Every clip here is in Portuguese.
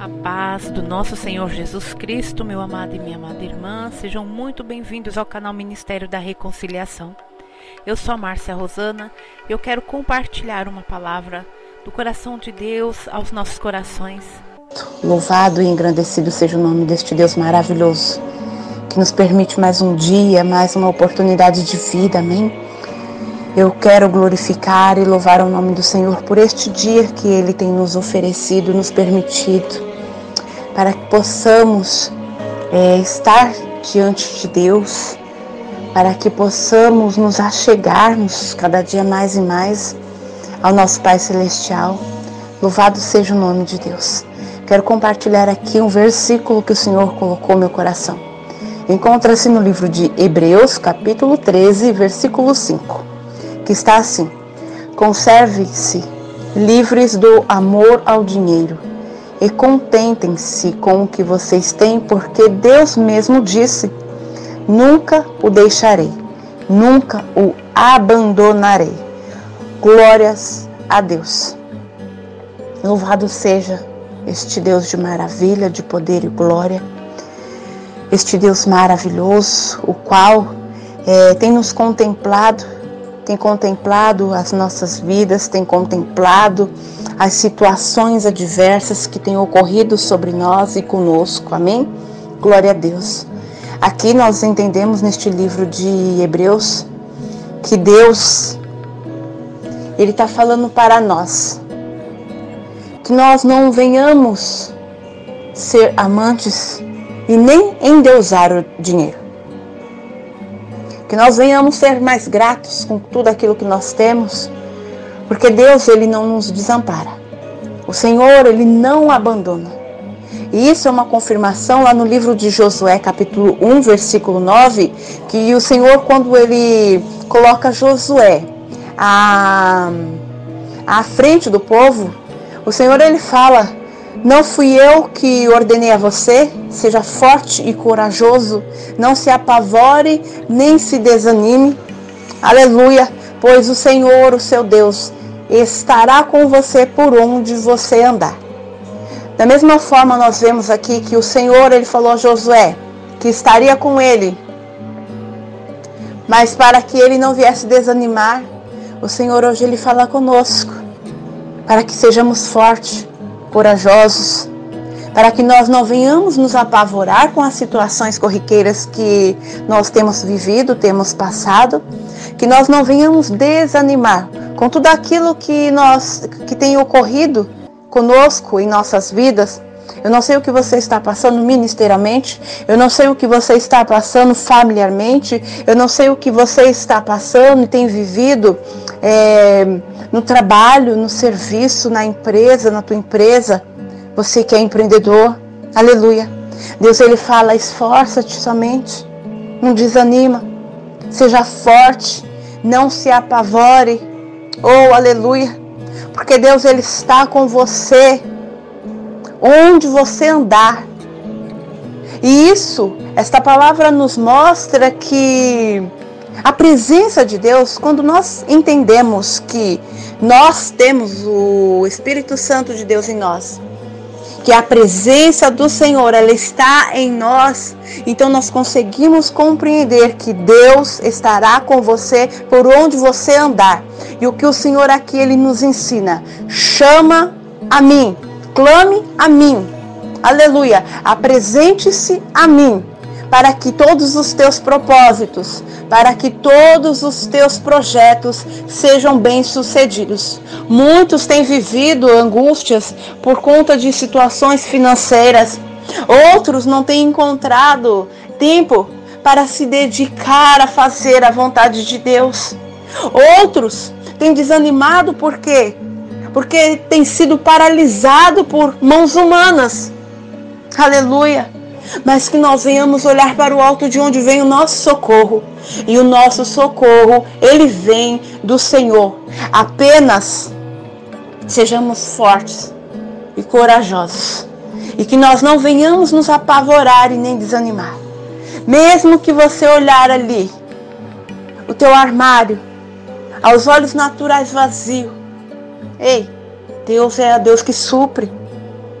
A paz do nosso Senhor Jesus Cristo, meu amado e minha amada irmã, sejam muito bem-vindos ao canal Ministério da Reconciliação. Eu sou a Márcia Rosana e eu quero compartilhar uma palavra do coração de Deus aos nossos corações. Louvado e engrandecido seja o nome deste Deus maravilhoso, que nos permite mais um dia, mais uma oportunidade de vida, amém? Eu quero glorificar e louvar o nome do Senhor por este dia que Ele tem nos oferecido, nos permitido, para que possamos estar diante de Deus, para que possamos nos achegarmos cada dia mais e mais ao nosso Pai Celestial. Louvado seja o nome de Deus. Quero compartilhar aqui um versículo que o Senhor colocou no meu coração. Encontra-se no livro de Hebreus, capítulo 13, versículo 5, que está assim: conservem-se livres do amor ao dinheiro e contentem-se com o que vocês têm, porque Deus mesmo disse: nunca o deixarei, nunca o abandonarei. Glórias a Deus. Louvado seja este Deus de maravilha, de poder e glória, este Deus maravilhoso, o qual tem nos contemplado, tem contemplado as nossas vidas, tem contemplado as situações adversas que têm ocorrido sobre nós e conosco, amém? Glória a Deus. Aqui nós entendemos neste livro de Hebreus que Deus, Ele está falando para nós, que nós não venhamos ser amantes e nem endeusar o dinheiro. Que nós venhamos ser mais gratos com tudo aquilo que nós temos, porque Deus, Ele não nos desampara. O Senhor, Ele não abandona. E isso é uma confirmação lá no livro de Josué, capítulo 1, versículo 9, que o Senhor, quando Ele coloca Josué à frente do povo, o Senhor, Ele fala: não fui eu que ordenei a você? Seja forte e corajoso, não se apavore, nem se desanime. Aleluia, pois o Senhor, o seu Deus, estará com você por onde você andar. Da mesma forma, nós vemos aqui que o Senhor, Ele falou a Josué que estaria com ele, mas para que ele não viesse desanimar, o Senhor hoje Ele fala conosco, para que sejamos fortes, corajosos, para que nós não venhamos nos apavorar com as situações corriqueiras que nós temos vivido, temos passado, que nós não venhamos desanimar com tudo aquilo que tem ocorrido conosco em nossas vidas. Eu não sei o que você está passando ministerialmente, eu não sei o que você está passando familiarmente, eu não sei o que você está passando e tem vivido no trabalho, no serviço, na empresa, na tua empresa. Você que é empreendedor, aleluia. Deus, Ele fala: esforça-te somente, não desanima, seja forte, não se apavore. Oh, aleluia, porque Deus, Ele está com você, onde você andar. E esta palavra nos mostra que a presença de Deus, quando nós entendemos que nós temos o Espírito Santo de Deus em nós, que a presença do Senhor, ela está em nós, então nós conseguimos compreender que Deus estará com você por onde você andar. E o que o Senhor aqui, Ele nos ensina: chama a mim, clame a mim, aleluia, apresente-se a mim, para que todos os teus propósitos, para que todos os teus projetos sejam bem-sucedidos. Muitos têm vivido angústias por conta de situações financeiras. Outros não têm encontrado tempo para se dedicar a fazer a vontade de Deus. Outros têm desanimado por quê? Porque têm sido paralisado por mãos humanas. Aleluia! Mas que nós venhamos olhar para o alto, de onde vem o nosso socorro. E o nosso socorro, ele vem do Senhor. Apenas sejamos fortes e corajosos. E que nós não venhamos nos apavorar e nem desanimar. Mesmo que você olhar ali, o teu armário, aos olhos naturais vazio. Ei, Deus é a Deus que supre.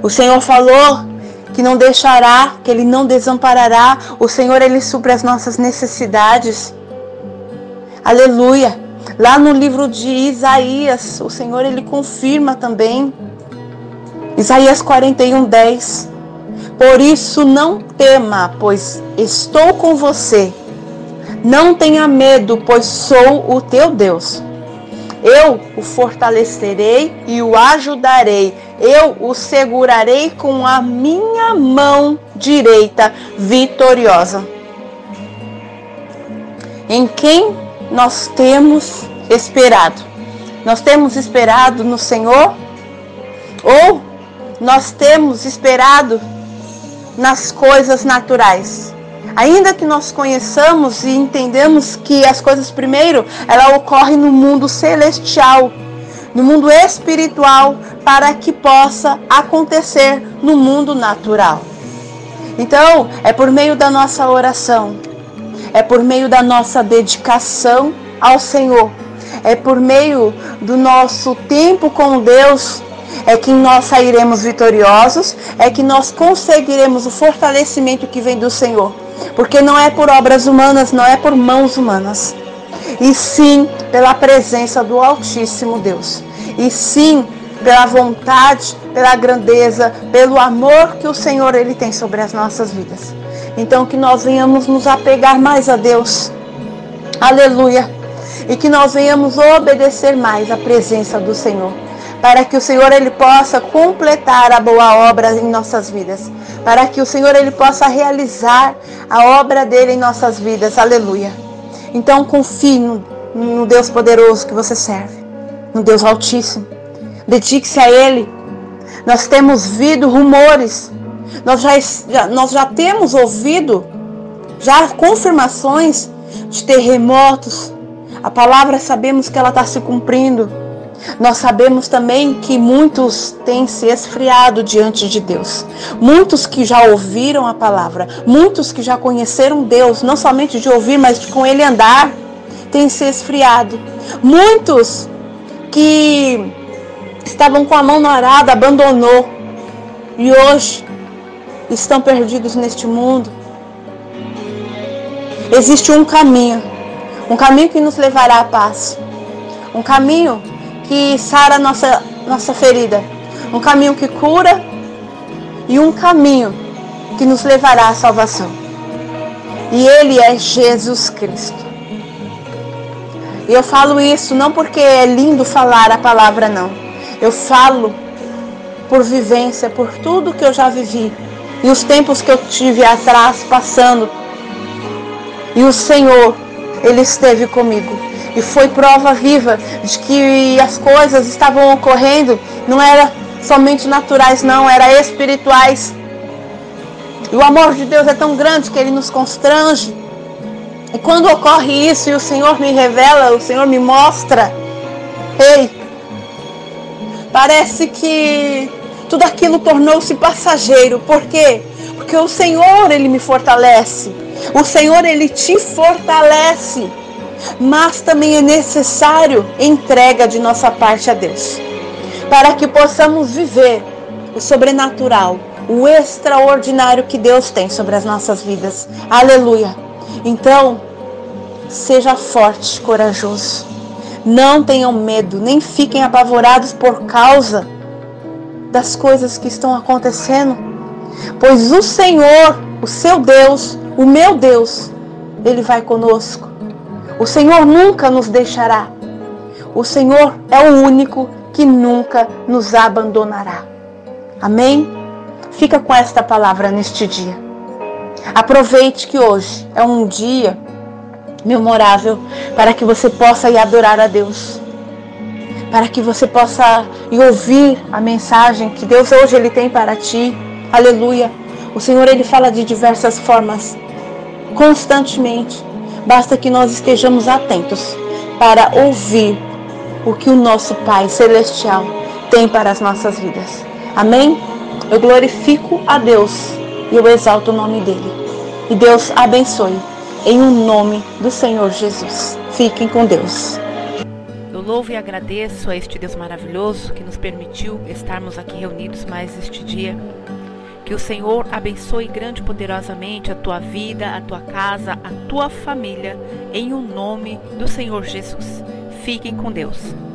O Senhor falou que não deixará, que Ele não desamparará. O Senhor, Ele supre as nossas necessidades. Aleluia. Lá no livro de Isaías, o Senhor, Ele confirma também. Isaías 41:10. Por isso não tema, pois estou com você. Não tenha medo, pois sou o teu Deus. Eu o fortalecerei e o ajudarei. Eu o segurarei com a minha mão direita vitoriosa. Em quem nós temos esperado? Nós temos esperado no Senhor? Ou nós temos esperado nas coisas naturais? Ainda que nós conheçamos e entendamos que as coisas primeiro, ela ocorre no mundo celestial, no mundo espiritual, para que possa acontecer no mundo natural. Então, é por meio da nossa oração, é por meio da nossa dedicação ao Senhor, é por meio do nosso tempo com Deus, é que nós sairemos vitoriosos, é que nós conseguiremos o fortalecimento que vem do Senhor. Porque não é por obras humanas, não é por mãos humanas, e sim pela presença do Altíssimo Deus, e sim pela vontade, pela grandeza, pelo amor que o Senhor Ele tem sobre as nossas vidas. Então que nós venhamos nos apegar mais a Deus, aleluia, e que nós venhamos obedecer mais à presença do Senhor, para que o Senhor Ele possa completar a boa obra em nossas vidas, para que o Senhor Ele possa realizar a obra dele em nossas vidas, aleluia. Então confie no Deus poderoso que você serve, no Deus Altíssimo, dedique-se a Ele. Nós temos ouvido rumores, nós já temos ouvido já confirmações de terremotos. A palavra sabemos que ela está se cumprindo. Nós sabemos também que muitos têm se esfriado diante de Deus. Muitos que já ouviram a palavra, muitos que já conheceram Deus, não somente de ouvir, mas de com Ele andar, têm se esfriado. Muitos que estavam com a mão no arado, abandonou, e hoje estão perdidos neste mundo. Existe um caminho que nos levará à paz, um caminho que sara nossa ferida, um caminho que cura e um caminho que nos levará à salvação. E Ele é Jesus Cristo. E eu falo isso não porque é lindo falar a palavra, não. Eu falo por vivência, por tudo que eu já vivi e os tempos que eu tive atrás passando. E o Senhor, Ele esteve comigo. E foi prova viva de que as coisas estavam ocorrendo, não era somente naturais, não, era espirituais. E o amor de Deus é tão grande que Ele nos constrange. E quando ocorre isso e o Senhor me revela, o Senhor me mostra, ei, parece que tudo aquilo tornou-se passageiro. Por quê? Porque o Senhor, Ele me fortalece. O Senhor, Ele te fortalece. Mas também é necessário entrega de nossa parte a Deus, para que possamos viver o sobrenatural, o extraordinário que Deus tem sobre as nossas vidas. Aleluia! Então, seja forte, corajoso. Não tenham medo, nem fiquem apavorados por causa das coisas que estão acontecendo, pois o Senhor, o seu Deus, o meu Deus, Ele vai conosco. O Senhor nunca nos deixará. O Senhor é o único que nunca nos abandonará. Amém? Fica com esta palavra neste dia. Aproveite que hoje é um dia memorável para que você possa ir adorar a Deus. Para que você possa ir ouvir a mensagem que Deus hoje Ele tem para ti. Aleluia. O Senhor, Ele fala de diversas formas, constantemente. Basta que nós estejamos atentos para ouvir o que o nosso Pai Celestial tem para as nossas vidas. Amém? Eu glorifico a Deus e eu exalto o nome dEle. E Deus abençoe em nome do Senhor Jesus. Fiquem com Deus. Eu louvo e agradeço a este Deus maravilhoso que nos permitiu estarmos aqui reunidos mais este dia. Que o Senhor abençoe grande e poderosamente a tua vida, a tua casa, a tua família, em o nome do Senhor Jesus. Fiquem com Deus.